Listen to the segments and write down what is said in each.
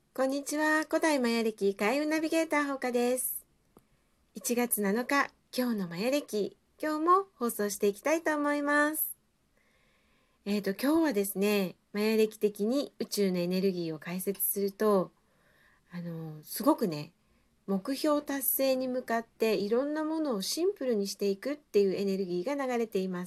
こんにちは。古代マヤ暦開運ナビゲーターほうかです。1月7日、今日のマヤ暦、今日も放送していきたいと思います。今日はですね、マヤ暦的に宇宙のエネルギーを解説すると、すごくね、目標達成に向かっていろんなものをシンプルにしていくっていうエネルギーが流れています。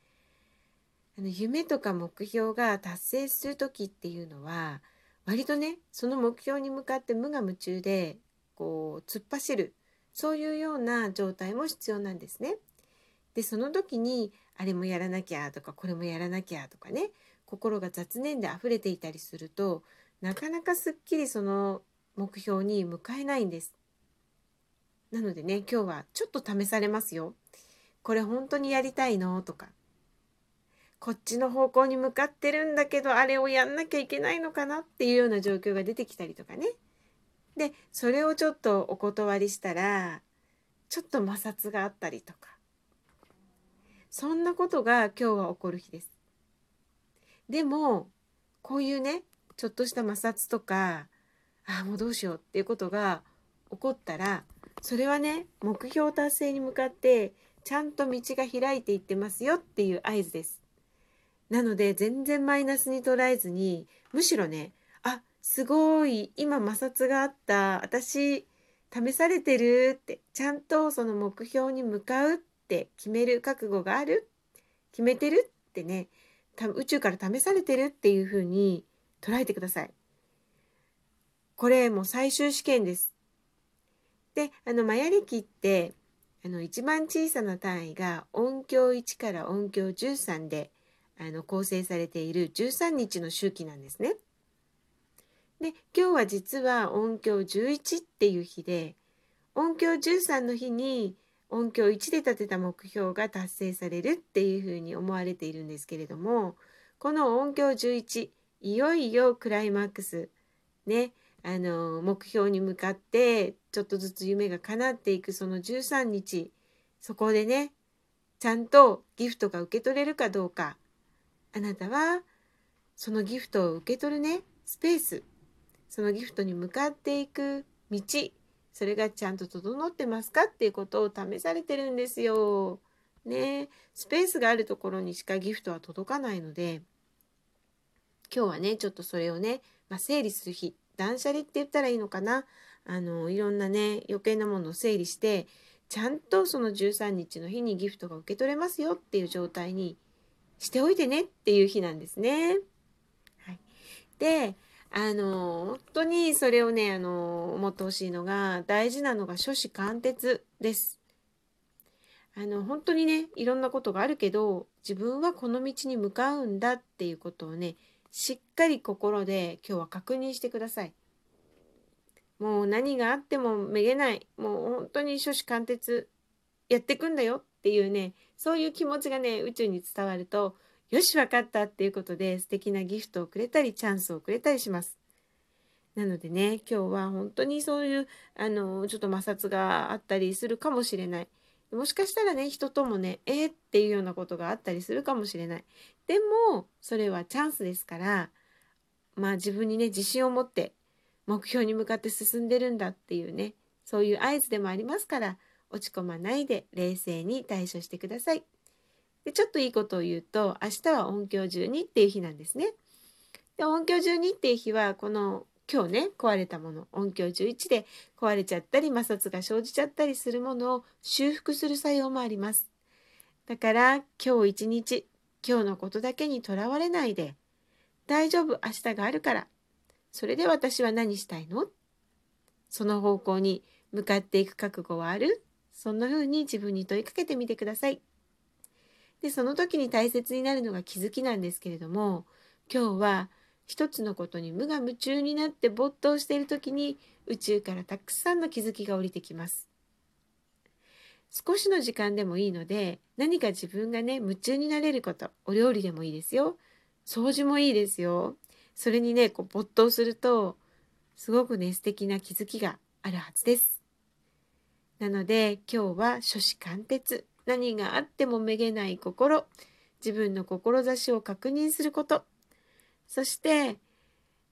夢とか目標が達成する時っていうのは割とね、その目標に向かって無我夢中で突っ走る、そういうような状態も必要なんですね。でその時にあれもやらなきゃとかこれもやらなきゃとかね、心が雑念で溢れていたりするとなかなかすっきりその目標に向かえないんです。なのでね、今日はちょっと試されますよ。これ本当にやりたいのとか、こっちの方向に向かってるんだけどあれをやんなきゃいけないのかなっていうような状況が出てきたりとかね。でそれをちょっとお断りしたらちょっと摩擦があったりとか、そんなことが今日は起こる日です。でもこういうね、ちょっとした摩擦とか、もうどうしようっていうことが起こったら、それはね、目標達成に向かってちゃんと道が開いていってますよっていう合図です。なので全然マイナスに捉えずに、むしろね、すごい今摩擦があった、私試されてるって、ちゃんとその目標に向かうって決める覚悟がある、決めてるってね、宇宙から試されてるっていう風に捉えてください。これもう最終試験です。でマヤ暦って一番小さな単位が音響1から音響13で構成されている13日の周期なんですね。で今日は実は音響11っていう日で、音響13の日に音響1で立てた目標が達成されるっていうふうに思われているんですけれども、この音響11、いよいよクライマックスね、目標に向かってちょっとずつ夢が叶っていくその13日、そこでね、ちゃんとギフトが受け取れるかどうか、あなたはそのギフトを受け取るね、スペース、そのギフトに向かっていく道、それがちゃんと整ってますかっていうことを試されてるんですよ。ね、スペースがあるところにしかギフトは届かないので、今日はね、ちょっとそれをね、整理する日、断捨離って言ったらいいのかな。いろんなね、余計なものを整理して、ちゃんとその13日の日にギフトが受け取れますよっていう状態にしておいてねっていう日なんですね。はい、で、本当にそれをね、思ってほしいのが、大事なのが初志貫徹です。本当にね、いろんなことがあるけど、自分はこの道に向かうんだっていうことをね、しっかり心で今日は確認してください。もう何があってもめげない。もう本当に初志貫徹やっていくんだよっていうね、そういう気持ちがね、宇宙に伝わると、よし、わかったっていうことで素敵なギフトをくれたり、チャンスをくれたりします。なのでね、今日は本当にそういう、ちょっと摩擦があったりするかもしれない。もしかしたらね、人ともね、っていうようなことがあったりするかもしれない。でも、それはチャンスですから、自分にね、自信を持って目標に向かって進んでるんだっていうね、そういう合図でもありますから、落ち込まないで冷静に対処してください。で、ちょっといいことを言うと、明日は音響12っていう日なんですね。で、音響12っていう日は、この今日ね、壊れたもの、音響11で壊れちゃったり、摩擦が生じちゃったりするものを修復する作用もあります。だから、今日一日、今日のことだけにとらわれないで、大丈夫、明日があるから、それで私は何したいの？その方向に向かっていく覚悟はある？そんな風に自分に問いかけてみてください。で、その時に大切になるのが気づきなんですけれども、今日は一つのことに無我夢中になって没頭している時に宇宙からたくさんの気づきが降りてきます。少しの時間でもいいので、何か自分がね、夢中になれること、お料理でもいいですよ。掃除もいいですよ。それにね、没頭すると、すごくね、素敵な気づきがあるはずです。なので、今日は初志貫徹、何があってもめげない心、自分の志を確認すること、そして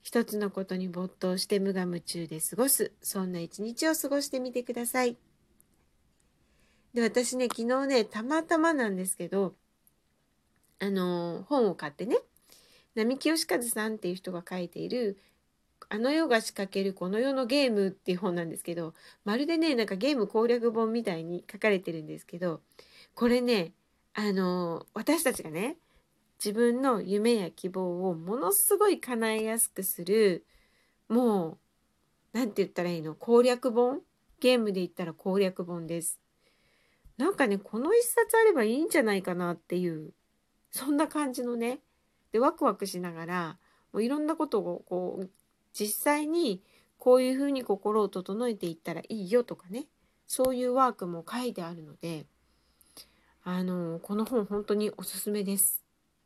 一つのことに没頭して無我夢中で過ごす、そんな一日を過ごしてみてください。で、私ね、昨日ね、たまたまなんですけど、本を買ってね、並木義和さんっていう人が書いているあの世が仕掛けるこの世のゲームっていう本なんですけど、まるでね、なんかゲーム攻略本みたいに書かれてるんですけど、これね、私たちがね、自分の夢や希望をものすごい叶えやすくする、もう、なんて言ったらいいの、攻略本、ゲームで言ったら攻略本です。なんかね、この一冊あればいいんじゃないかなっていう、そんな感じのね、で、ワクワクしながら、もういろんなことをこう、実際にこういうふうに心を整えていったらいいよとかね、そういうワークも書いてあるので、この本本当におすすめです。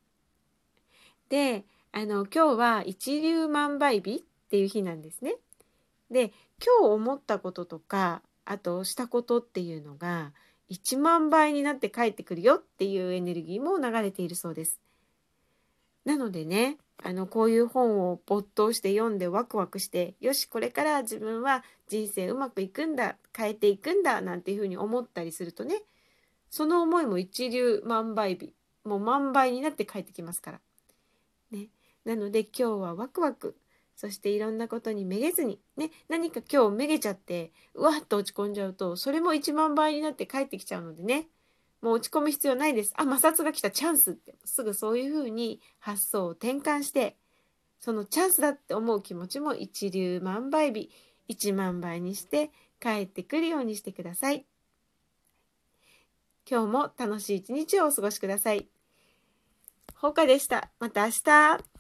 で、今日は一粒万倍日っていう日なんですね。で、今日思ったこととか、あとしたことっていうのが、1万倍になって帰ってくるよっていうエネルギーも流れているそうです。なのでね、こういう本を没頭して読んでワクワクして、よし、これから自分は人生うまくいくんだ、変えていくんだ、なんていうふうに思ったりするとね、その思いも一粒万倍日、もう万倍になって帰ってきますから。ね。なので今日はワクワク、そしていろんなことにめげずに、ね、何か今日めげちゃって、うわっと落ち込んじゃうと、それも1万倍になって帰ってきちゃうのでね、もう落ち込む必要ないです。あ、摩擦が来たチャンスって、すぐそういうふうに発想を転換して、そのチャンスだって思う気持ちも一粒万倍日、1万倍にして帰ってくるようにしてください。今日も楽しい一日をお過ごしください。ほうかでした。また明日。